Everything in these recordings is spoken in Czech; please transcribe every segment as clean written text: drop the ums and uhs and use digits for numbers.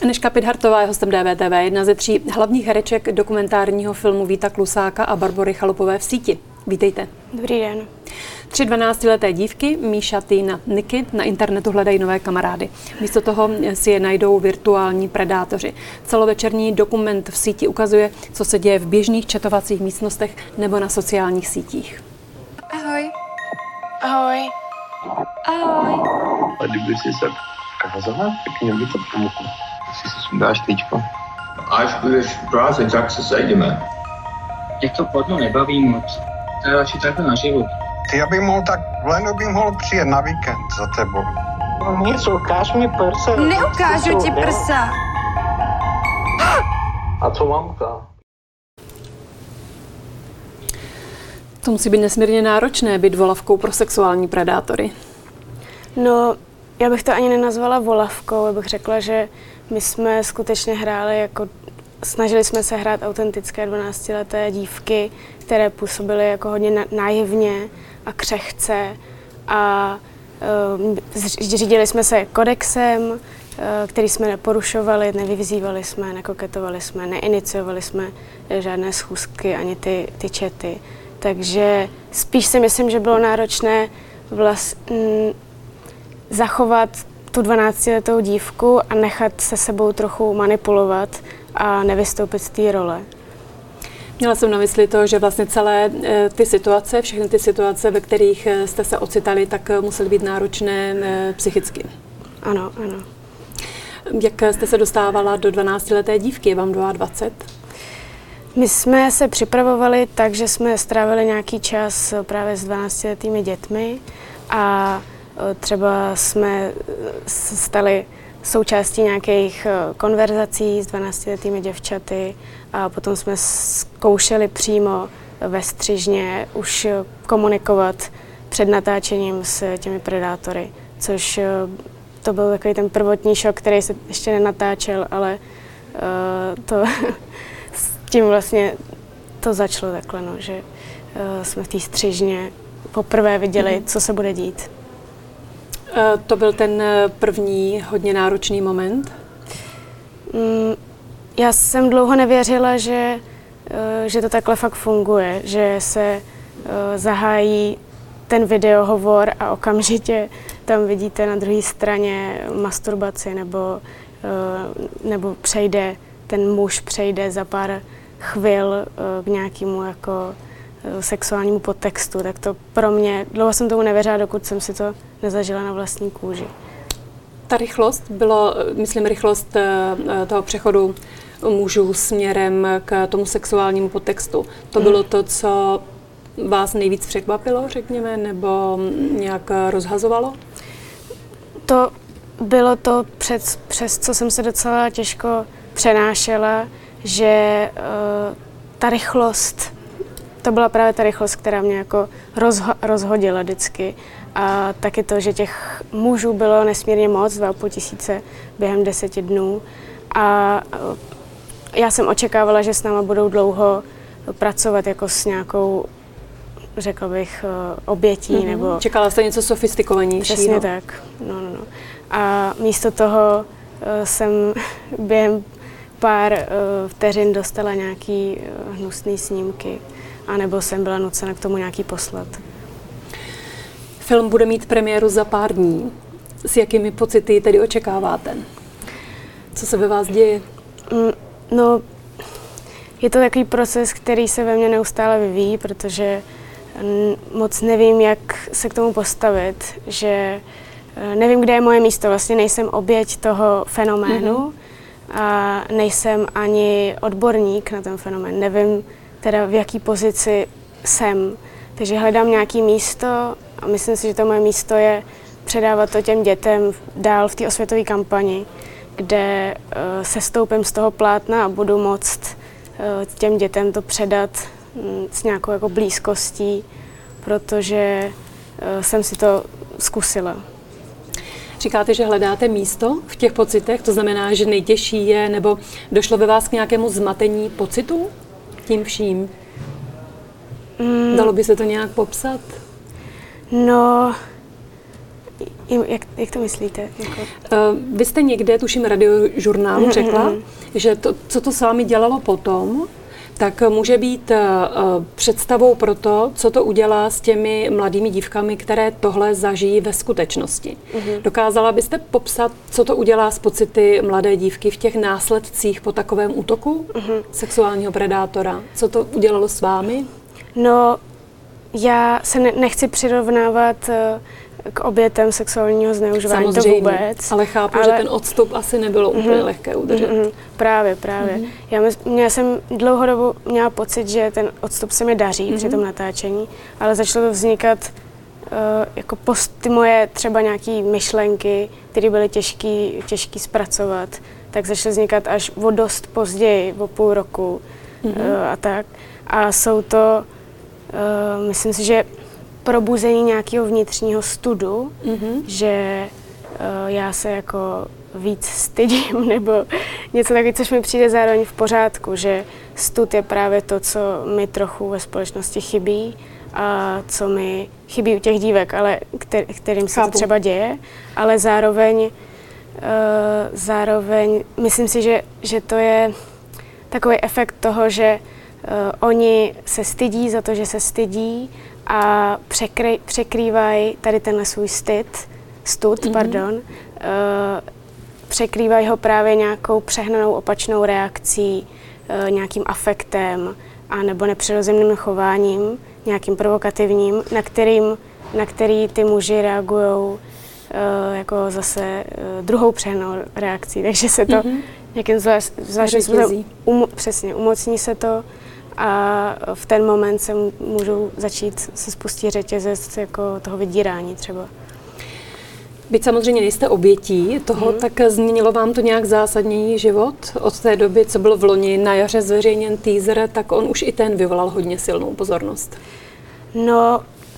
Anežka Pidhartová je hostem DVTV, jedna ze 3 hlavních hereček dokumentárního filmu Víta Klusáka a Barbory Chalupové V síti. Vítejte. Dobrý den. 3 12leté dívky, Míša, Týna, Niky, na internetu hledají nové kamarády. Místo toho si je najdou virtuální predátoři. Celovečerní dokument V síti ukazuje, co se děje v běžných chatovacích místnostech nebo na sociálních sítích. Ahoj. Ahoj. Ahoj. A kdyby si se ukázala, tak mě by to pomohlo. Jestli si sundáš tyčko. Až budeš v Praze, tak se sejdeme. Mě to porno nebaví moc. To je radši takhle naživu. Ty, abych mohl tak, len bych mohl přijet na víkend za tebou. Něco, ukáž mi prsa. Neukážu ti prsa. A co mamka? To musí být nesmírně náročné být volavkou pro sexuální predátory. No, já bych to ani nenazvala volavkou, já bych řekla, že my jsme skutečně hráli jako, snažili jsme se hrát autentické 12leté dívky, které působily jako hodně naivně a křehce a řídili jsme se kodexem, který jsme neporušovali, nevyvzývali jsme, nekoketovali jsme, neiniciovali jsme žádné schůzky ani ty chaty. Takže spíš si myslím, že bylo náročné zachovat tu 12letou dívku a nechat se sebou trochu manipulovat a nevystoupit z té role. Měla jsem na mysli to, že vlastně celé ty situace, všechny ty situace, ve kterých jste se ocitali, tak musely být náročné psychicky. Ano, ano. Jak jste se dostávala do 12leté dívky? Je vám 22? My jsme se připravovali tak, že jsme strávili nějaký čas právě s 12letými dětmi a třeba jsme stali součástí nějakých konverzací s 12letými děvčaty a potom jsme zkoušeli přímo ve střižně už komunikovat před natáčením s těmi predátory, což to byl takový ten prvotní šok, který se ještě nenatáčel, ale to s tím vlastně to začalo takhle, no, že jsme v té střižně poprvé viděli, co se bude dít. To byl ten první hodně náročný moment? Já jsem dlouho nevěřila, že to takhle fakt funguje, že se zahájí ten videohovor a okamžitě tam vidíte na druhé straně masturbaci nebo ten muž přejde za pár chvil k nějakému jako sexuálnímu podtextu, tak to pro mě, dlouho jsem tomu nevěřila, dokud jsem si to nezažila na vlastní kůži. Ta rychlost bylo, myslím, rychlost toho přechodu mužů směrem k tomu sexuálnímu podtextu. To bylo to, co vás nejvíc překvapilo, řekněme, nebo nějak rozhazovalo? To bylo to, přes co jsem se docela těžko přenášela, že ta rychlost, to byla právě ta rychlost, která mě jako rozhodila vždycky. A taky to, že těch mužů bylo nesmírně moc, 2,5 tisíce během 10 dnů. A já jsem očekávala, že s náma budou dlouho pracovat jako s nějakou, řekla bych, obětí. Nebo čekala jste něco sofistikovanějšího? Přesně tak. No. A místo toho jsem během pár vteřin dostala nějaký hnusný snímky, anebo jsem byla nucena k tomu nějaký poslat. Film bude mít premiéru za pár dní. S jakými pocity tedy očekáváte? Co se ve vás děje? No, je to takový proces, který se ve mně neustále vyvíjí, protože moc nevím, jak se k tomu postavit, že nevím, kde je moje místo. Vlastně nejsem oběť toho fenoménu a nejsem ani odborník na ten fenomén. Nevím teda, v jaký pozici jsem. Takže hledám nějaké místo a myslím si, že to moje místo je předávat to těm dětem dál v té osvětové kampani, kde se stoupím z toho plátna a budu moct těm dětem to předat s nějakou jako blízkostí, protože jsem si to zkusila. Říkáte, že hledáte místo v těch pocitech, to znamená, že nejtěžší je, nebo došlo ve vás k nějakému zmatení pocitu tím vším? Dalo by se to nějak popsat? No, Jak to myslíte? Jako... Vy jste někde, tuším, Radiožurnálu řekla, že to, co to s vámi dělalo potom, tak může být představou pro to, co to udělá s těmi mladými dívkami, které tohle zažijí ve skutečnosti. Dokázala byste popsat, co to udělá s pocity mladé dívky v těch následcích po takovém útoku sexuálního predátora? Co to udělalo s vámi? No, já se nechci přirovnávat k obětem sexuálního zneužívání, to vůbec. Ale chápu, že ten odstup asi nebylo úplně lehké udržet. Právě. Já jsem dlouhou dobu měla pocit, že ten odstup se mi daří při tom natáčení, ale začalo to vznikat jako ty moje třeba nějaké myšlenky, které byly těžké zpracovat, tak začaly vznikat až o dost později, o půl roku a tak. A jsou to, myslím si, že probuzení nějakého vnitřního studu, že já se jako víc stydím nebo něco takového, což mi přijde zároveň v pořádku, že stud je právě to, co mi trochu ve společnosti chybí a co mi chybí u těch dívek, ale kterým se to třeba děje, ale zároveň myslím si, že to je takový efekt toho, že oni se stydí za to, že se stydí a překrývají tady tenhle svůj stud, překrývají ho právě nějakou přehnanou opačnou reakcí, nějakým afektem a nebo nepřirozeným chováním, nějakým provokativním, na který ty muži reagují jako zase druhou přehnanou reakcí, takže se to nějakým zvláštním způsobem přesně umocní se to a v ten moment se můžou začít se spustit řetězec jako toho vydírání třeba. Byť samozřejmě nejste obětí toho, tak změnilo vám to nějak zásadněji život? Od té doby, co byl v loni na jaře zveřejněn teaser, tak on už i ten vyvolal hodně silnou pozornost. No,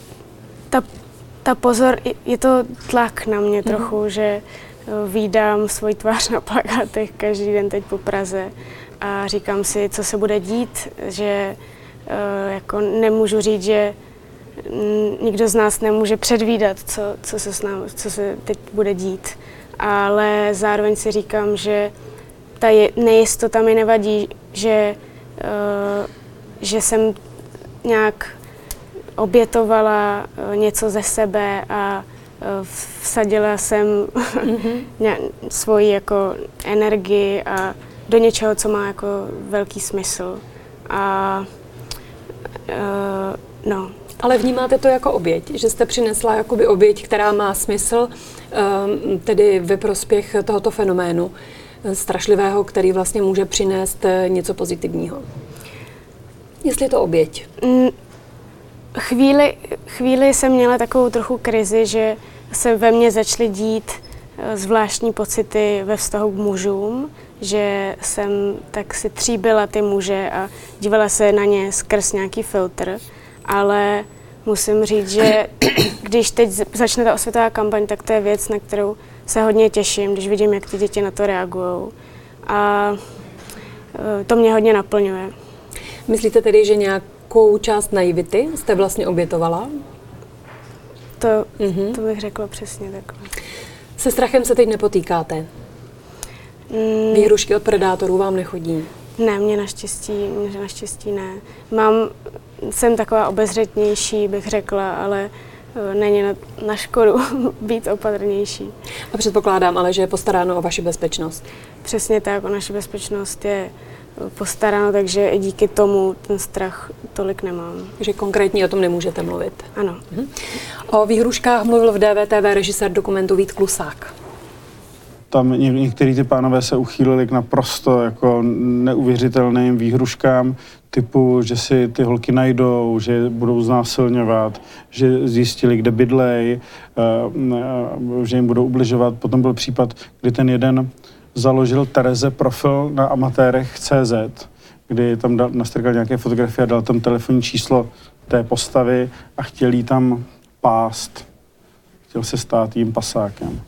je to tlak na mě trochu, že vídám svoji tvář na plakátech každý den teď po Praze a říkám si, co se bude dít, že jako nemůžu říct, že nikdo z nás nemůže předvídat, co se teď bude dít, ale zároveň si říkám, že ta nejistota mi nevadí, že jsem nějak obětovala něco ze sebe a vsadila jsem svoji jako energii a do něčeho, co má jako velký smysl. No. Ale vnímáte to jako oběť, že jste přinesla jakoby oběť, která má smysl, tedy ve prospěch tohoto fenoménu strašlivého, který vlastně může přinést něco pozitivního. Jestli je to oběť? Chvíli jsem měla takovou trochu krizi, že se ve mně začaly dít zvláštní pocity ve vztahu k mužům, že jsem tak si tříbila ty muže a dívala se na ně skrz nějaký filtr, ale musím říct, že když teď začne ta osvětová kampaň, tak to je věc, na kterou se hodně těším, když vidím, jak ty děti na to reagují. A to mě hodně naplňuje. Myslíte tedy, že nějakou část naivity jste vlastně obětovala? To bych řekla přesně takhle. Se strachem se teď nepotýkáte? Výhrušky od predátorů vám nechodí? Ne, mě naštěstí ne. Jsem taková obezřetnější, bych řekla, ale není na škodu být opatrnější. A předpokládám ale, že je postaráno o vaši bezpečnost. Přesně tak, o naši bezpečnost je postaráno, takže i díky tomu ten strach tolik nemám. Takže konkrétně o tom nemůžete mluvit? Ano. O výhruškách mluvil v DVTV režisér dokumentu Vít Klusák. Tam některý ty pánové se uchýlili k naprosto jako neuvěřitelným výhruškám, typu, že si ty holky najdou, že budou znásilňovat, že zjistili, kde bydlej, že jim budou ubližovat. Potom byl případ, kdy ten jeden založil Tereze profil na amatérech.cz, kdy tam nastrkal nějaké fotografie a dal tam telefonní číslo té postavy a chtěl jí tam pást. Chtěl se stát jím pasákem.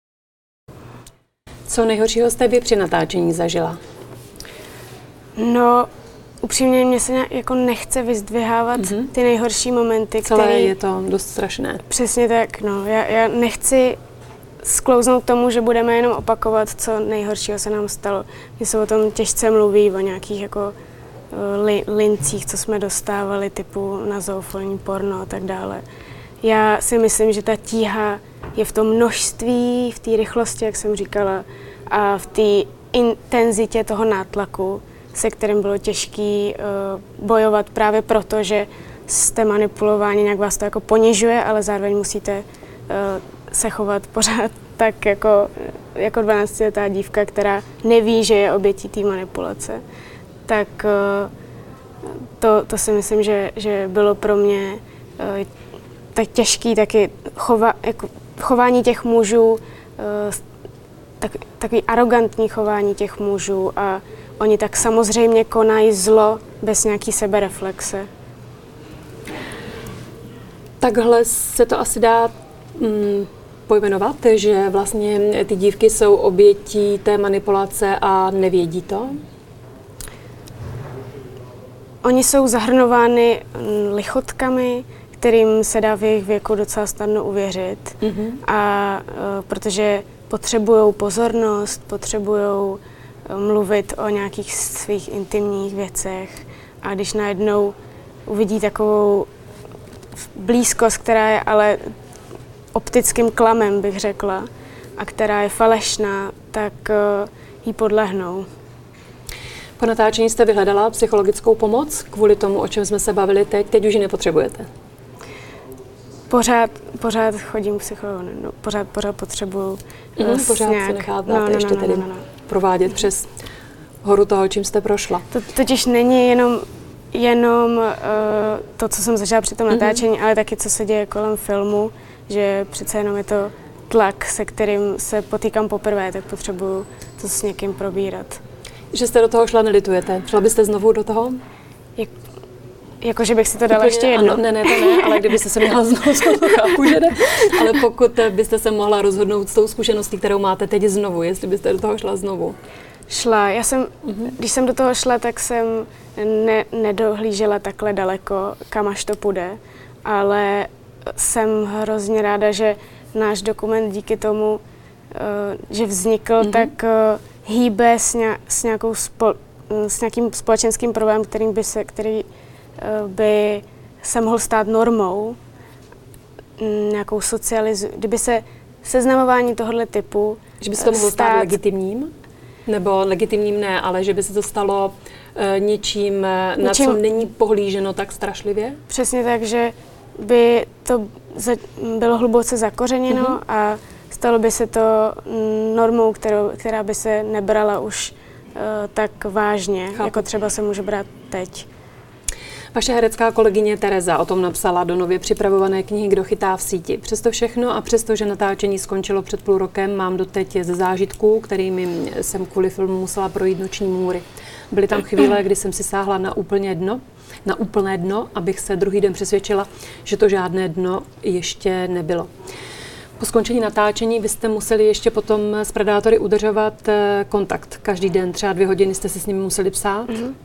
Co nejhoršího jste vy při natáčení zažila? No, upřímně mě se jako nechce vyzdvihávat ty nejhorší momenty, Celé je to dost strašné. Přesně tak, no. Já nechci sklouznout k tomu, že budeme jenom opakovat, co nejhoršího se nám stalo. Mně se o tom těžce mluví, o nějakých jako lincích, co jsme dostávali, typu na zoofolní porno a tak dále. Já si myslím, že ta tíha je v tom množství, v té rychlosti, jak jsem říkala, a v té intenzitě toho nátlaku, se kterým bylo těžké bojovat právě proto, že jste manipulováni, nějak vás to jako ponižuje, ale zároveň musíte se chovat pořád tak jako 12letá dívka, která neví, že je obětí té manipulace. Tak to si myslím, že bylo pro mě tak těžký taky chování těch mužů, takový arrogantní chování těch mužů a oni tak samozřejmě konají zlo bez nějaký sebereflexe. Takhle se to asi dá pojmenovat, že vlastně ty dívky jsou obětí té manipulace a nevědí to? Oni jsou zahrnovány lichotkami, kterým se dá v jejich věku docela snadno uvěřit. A protože potřebují pozornost, potřebují mluvit o nějakých svých intimních věcech a když najednou uvidí takovou blízkost, která je ale optickým klamem, bych řekla, a která je falešná, tak jí podlehnou. Po natáčení jste vyhledala psychologickou pomoc kvůli tomu, o čem jsme se bavili teď? Teď už ji nepotřebujete? Pořád chodím k psychologu, no, pořád potřebuju pořád se necháváte ještě tedy provádět přes horu toho, čím jste prošla. To totiž není jenom to, co jsem zažila při tom natáčení, ale taky, co se děje kolem filmu, že přece jenom je to tlak, se kterým se potýkám poprvé, tak potřebuju to s někým probírat. Že jste do toho šla, nelitujete? Šla byste znovu do toho? Jakože bych si to dala ještě jednou. Ano, ne, to ne, ale kdybyste se měla znovu, to chápu, že ne, ale pokud byste se mohla rozhodnout s tou zkušeností, kterou máte teď znovu, jestli byste do toho šla znovu. Šla. Když jsem do toho šla, tak jsem nedohlížela takhle daleko, kam až to půjde, ale jsem hrozně ráda, že náš dokument díky tomu, že vznikl, tak hýbe s nějakým společenským problémem, který by se mohl stát normou, nějakou kdyby se seznamování tohoto typu že by se to mohlo stát legitimním? Nebo legitimním ne, ale že by se to stalo něčím, na co není pohlíženo tak strašlivě? Přesně tak, že by to bylo hluboce zakořeněno a stalo by se to normou, která by se nebrala už tak vážně, jako třeba se může brát teď. Vaše herecká kolegyně Tereza o tom napsala do nově připravované knihy Kdo chytá v síti. Přesto všechno a přesto, že natáčení skončilo před půl rokem, mám doteď ze zážitků, kterými jsem kvůli filmu musela projít noční můry. Byly tam chvíle, kdy jsem si sáhla na úplné dno, abych se druhý den přesvědčila, že to žádné dno ještě nebylo. Po skončení natáčení vy jste museli ještě potom s predátory udržovat kontakt. Každý den, třeba 2 hodiny jste si s nimi museli psát.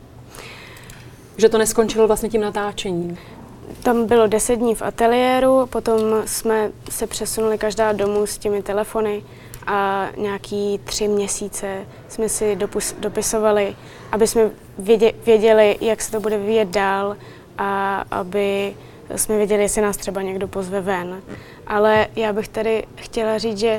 Že to neskončilo vlastně tím natáčením. Tam bylo 10 dní v ateliéru, potom jsme se přesunuli každá domů s těmi telefony a nějaký 3 měsíce jsme si dopisovali, aby jsme věděli, jak se to bude vyvíjet dál a aby jsme věděli, jestli nás třeba někdo pozve ven. Ale já bych tady chtěla říct, že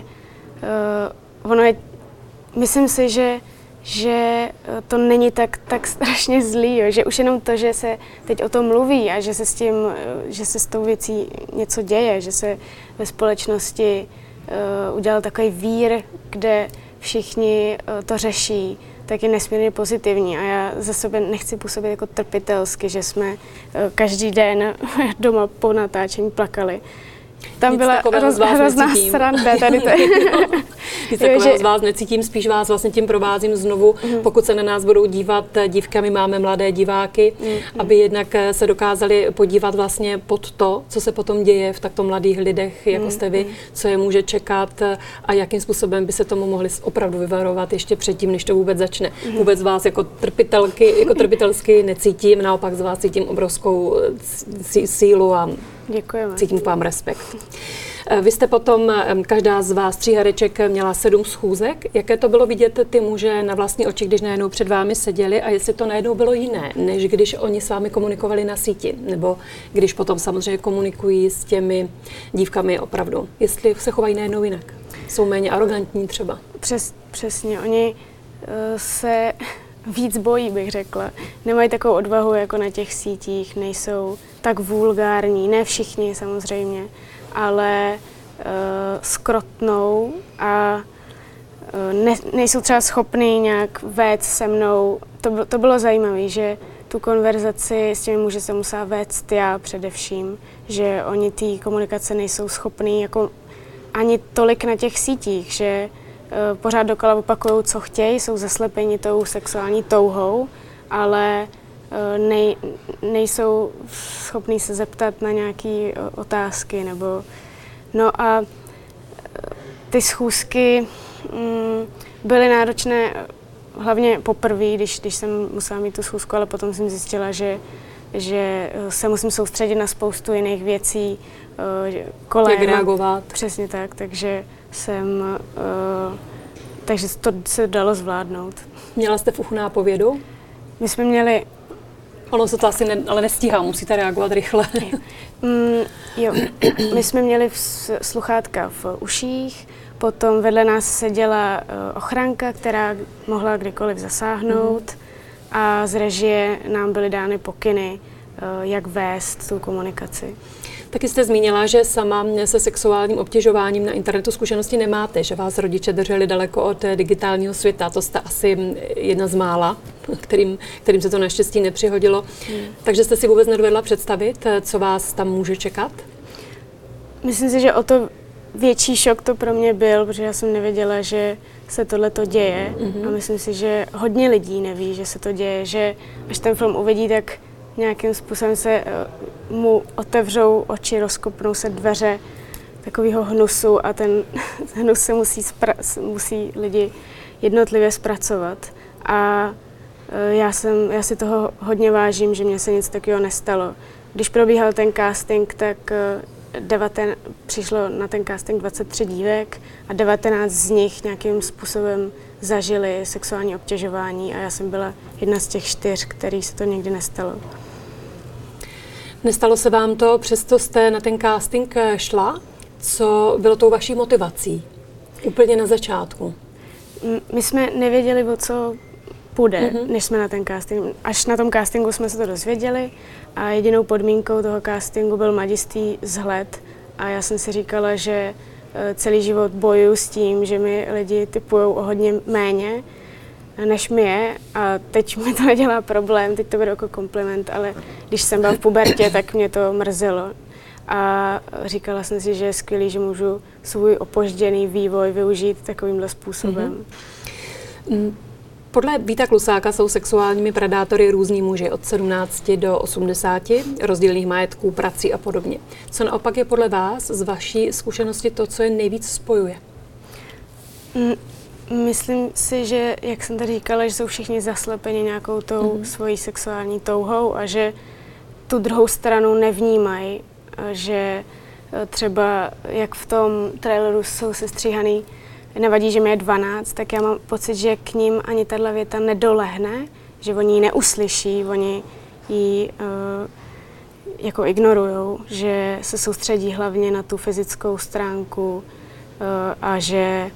myslím si, že to není tak strašně zlý, jo. Že už jenom to, že se teď o tom mluví a že se s tou věcí něco děje, že se ve společnosti udělal takový vír, kde všichni to řeší, tak je nesmírně pozitivní a já za sebe nechci působit jako trpitelsky, že jsme každý den doma po natáčení plakali. Tam nic byla hrozná sranda tady to. Nic takového z vás necítím, spíš vás vlastně tím provázím znovu, pokud se na nás budou dívat dívkami, máme mladé diváky, aby jednak se dokázali podívat vlastně pod to, co se potom děje v takto mladých lidech, jako jste vy, co je může čekat a jakým způsobem by se tomu mohli opravdu vyvarovat ještě předtím, než to vůbec začne. Vůbec vás jako trpitelsky necítím, naopak z vás cítím obrovskou sílu a Děkujeme. Cítím k vám respekt. Vy jste potom, každá z vás 3 hereček měla 7 schůzek. Jaké to bylo vidět ty muže na vlastní oči, když najednou před vámi seděli a jestli to najednou bylo jiné, než když oni s vámi komunikovali na síti, nebo když potom samozřejmě komunikují s těmi dívkami opravdu. Jestli se chovají najednou jinak. Jsou méně arrogantní třeba. Přesně. Oni se víc bojí, bych řekla. Nemají takovou odvahu jako na těch sítích, nejsou tak vulgární, ne všichni samozřejmě, ale skrotnou a nejsou třeba schopný nějak vést se mnou. To bylo zajímavé, že tu konverzaci s těmi muži jsem musela vést já především, že oni té komunikace nejsou schopní jako ani tolik na těch sítích, že pořád dokola opakují, co chtějí, jsou zaslepeni tou sexuální touhou, ale nejsou schopní se zeptat na nějaké otázky. No a ty schůzky byly náročné hlavně poprvé, když jsem musela mít tu schůzku, ale potom jsem zjistila, že se musím soustředit na spoustu jiných věcí kolem. Jak reagovat. Přesně tak, takže to se dalo zvládnout. Měla jste v uchu nápovědu? My jsme měli... Ono se to asi ale nestíhá, musíte reagovat rychle. Jo, my jsme měli sluchátka v uších, potom vedle nás seděla ochranka, která mohla kdykoliv zasáhnout a z režie nám byly dány pokyny, jak vést tu komunikaci. Taky jste zmínila, že sama se sexuálním obtěžováním na internetu zkušenosti nemáte, že vás rodiče drželi daleko od digitálního světa. To jste asi jedna z mála, kterým se to naštěstí nepřihodilo. Takže jste si vůbec nedovedla představit, co vás tam může čekat? Myslím si, že o to větší šok to pro mě byl, protože já jsem nevěděla, že se tohleto děje. A myslím si, že hodně lidí neví, že se to děje, že až ten film uvidí, tak nějakým způsobem se mu otevřou oči, rozkopnou se dveře takového hnusu a ten hnus se musí lidi jednotlivě zpracovat. A já si toho hodně vážím, že mně se nic takového nestalo. Když probíhal ten casting, tak přišlo na ten casting 23 dívek a 19 z nich nějakým způsobem zažili sexuální obtěžování a já jsem byla jedna z těch 4, který se to nikdy nestalo. Nestalo se vám to, přesto jste na ten casting šla? Co bylo tou vaší motivací? Úplně na začátku. My jsme nevěděli, o co půjde, než jsme na ten casting. Až na tom castingu jsme se to dozvěděli a jedinou podmínkou toho castingu byl mladistý vzhled. A já jsem si říkala, že celý život bojuju s tím, že mi lidi typujou o hodně méně, než mi je. A teď mi to nedělá problém, teď to beru jako kompliment, ale když jsem byla v pubertě, tak mě to mrzelo. A říkala jsem si, že je skvělý, že můžu svůj opožděný vývoj využít takovýmhle způsobem. Podle Víta Klusáka jsou sexuálními predátory různí muži od 17 do 80, rozdílných majetků, prací a podobně. Co naopak je podle vás z vaší zkušenosti to, co je nejvíc spojuje? Myslím si, že, jak jsem tady říkala, že jsou všichni zaslepeni nějakou tou svojí sexuální touhou a že tu druhou stranu nevnímají, že třeba jak v tom traileru jsou sestříhaný, nevadí, že mi je 12, tak já mám pocit, že k ním ani tato věta nedolehne, že oni ji neuslyší, oni ji jako ignorujou, že se soustředí hlavně na tu fyzickou stránku a že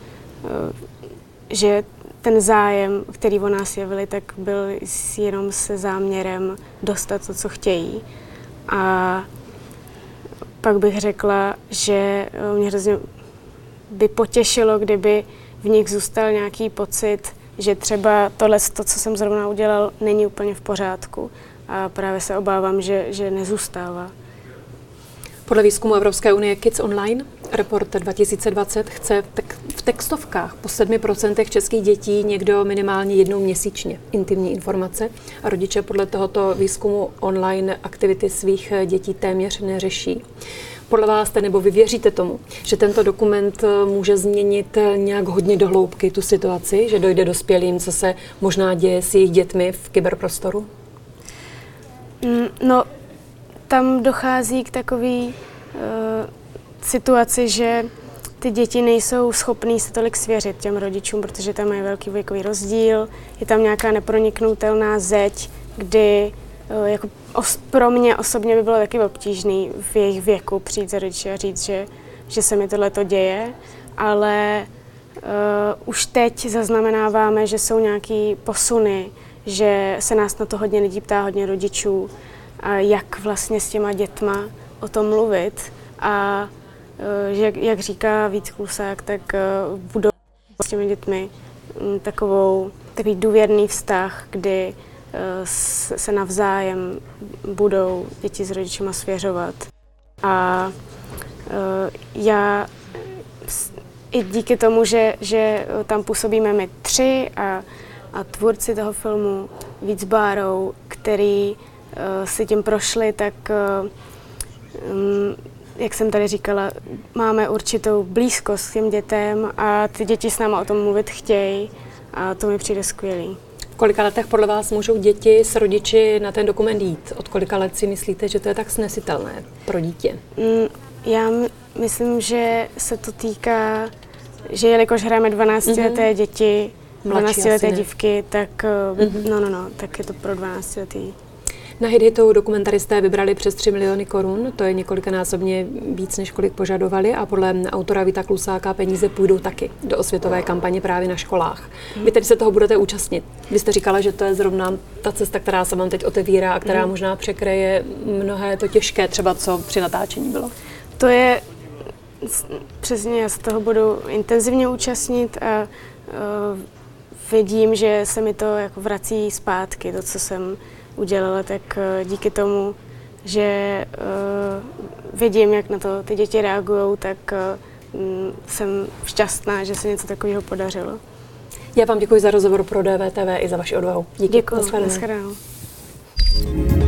ten zájem, který o nás jevili, tak byl jenom se záměrem dostat to, co chtějí. A pak bych řekla, že mě hrozně by potěšilo, kdyby v nich zůstal nějaký pocit, že třeba tohle, co jsem zrovna udělal, není úplně v pořádku. A právě se obávám, že nezůstává. Podle výzkumu Evropské unie Kids Online Report 2020 chce v textovkách po 7% českých dětí někdo minimálně jednou měsíčně intimní informace a rodiče podle tohoto výzkumu online aktivity svých dětí téměř neřeší. Podle vás nebo vy věříte tomu, že tento dokument může změnit nějak hodně do hloubky tu situaci, že dojde dospělým, co se možná děje s jejich dětmi v kyberprostoru? No, tam dochází k takové situaci, že ty děti nejsou schopný se tolik svěřit těm rodičům, protože tam je velký věkový rozdíl, je tam nějaká neproniknutelná zeď, kdy jako pro mě osobně by bylo taky obtížný v jejich věku přijít za rodiče a říct, že se mi tohleto děje, ale už teď zaznamenáváme, že jsou nějaký posuny, že se nás na to hodně lidí ptá, hodně rodičů, a jak vlastně s těma dětma o tom mluvit a jak říká Vít Klusák, tak budou s těmi dětmi takový důvěrný vztah, kdy se navzájem budou děti s rodičima svěřovat. A já i díky tomu, že tam působíme my tři a tvůrci toho filmu Vít s Bárou, který si tím prošli, tak jak jsem tady říkala, máme určitou blízkost k těm dětem a ty děti s náma o tom mluvit chtějí a to mi přijde skvělý. V kolika letech podle vás můžou děti s rodiči na ten dokument jít? Od kolika let si myslíte, že to je tak snesitelné pro dítě? Já myslím, že se to týká, že jelikož hrajeme 12leté děti, 12leté dívky, tak tak je to pro 12letý. Na HitHitu dokumentaristé vybrali přes 3 miliony korun, to je několikanásobně víc, než kolik požadovali a podle autora Víta Klusáka peníze půjdou taky do osvětové kampaně právě na školách. Vy tedy se toho budete účastnit. Vy jste říkala, že to je zrovna ta cesta, která se vám teď otevírá a která možná překryje mnohé to těžké, třeba co při natáčení bylo. To je přesně, já se toho budu intenzivně účastnit a vidím, že se mi to jako vrací zpátky, to, co jsem udělala, tak díky tomu, že vidím, jak na to ty děti reagují, tak jsem šťastná, že se něco takového podařilo. Já vám děkuji za rozhovor pro DVTV i za vaši odvahu. Díky. Děkuji. Naschledanou.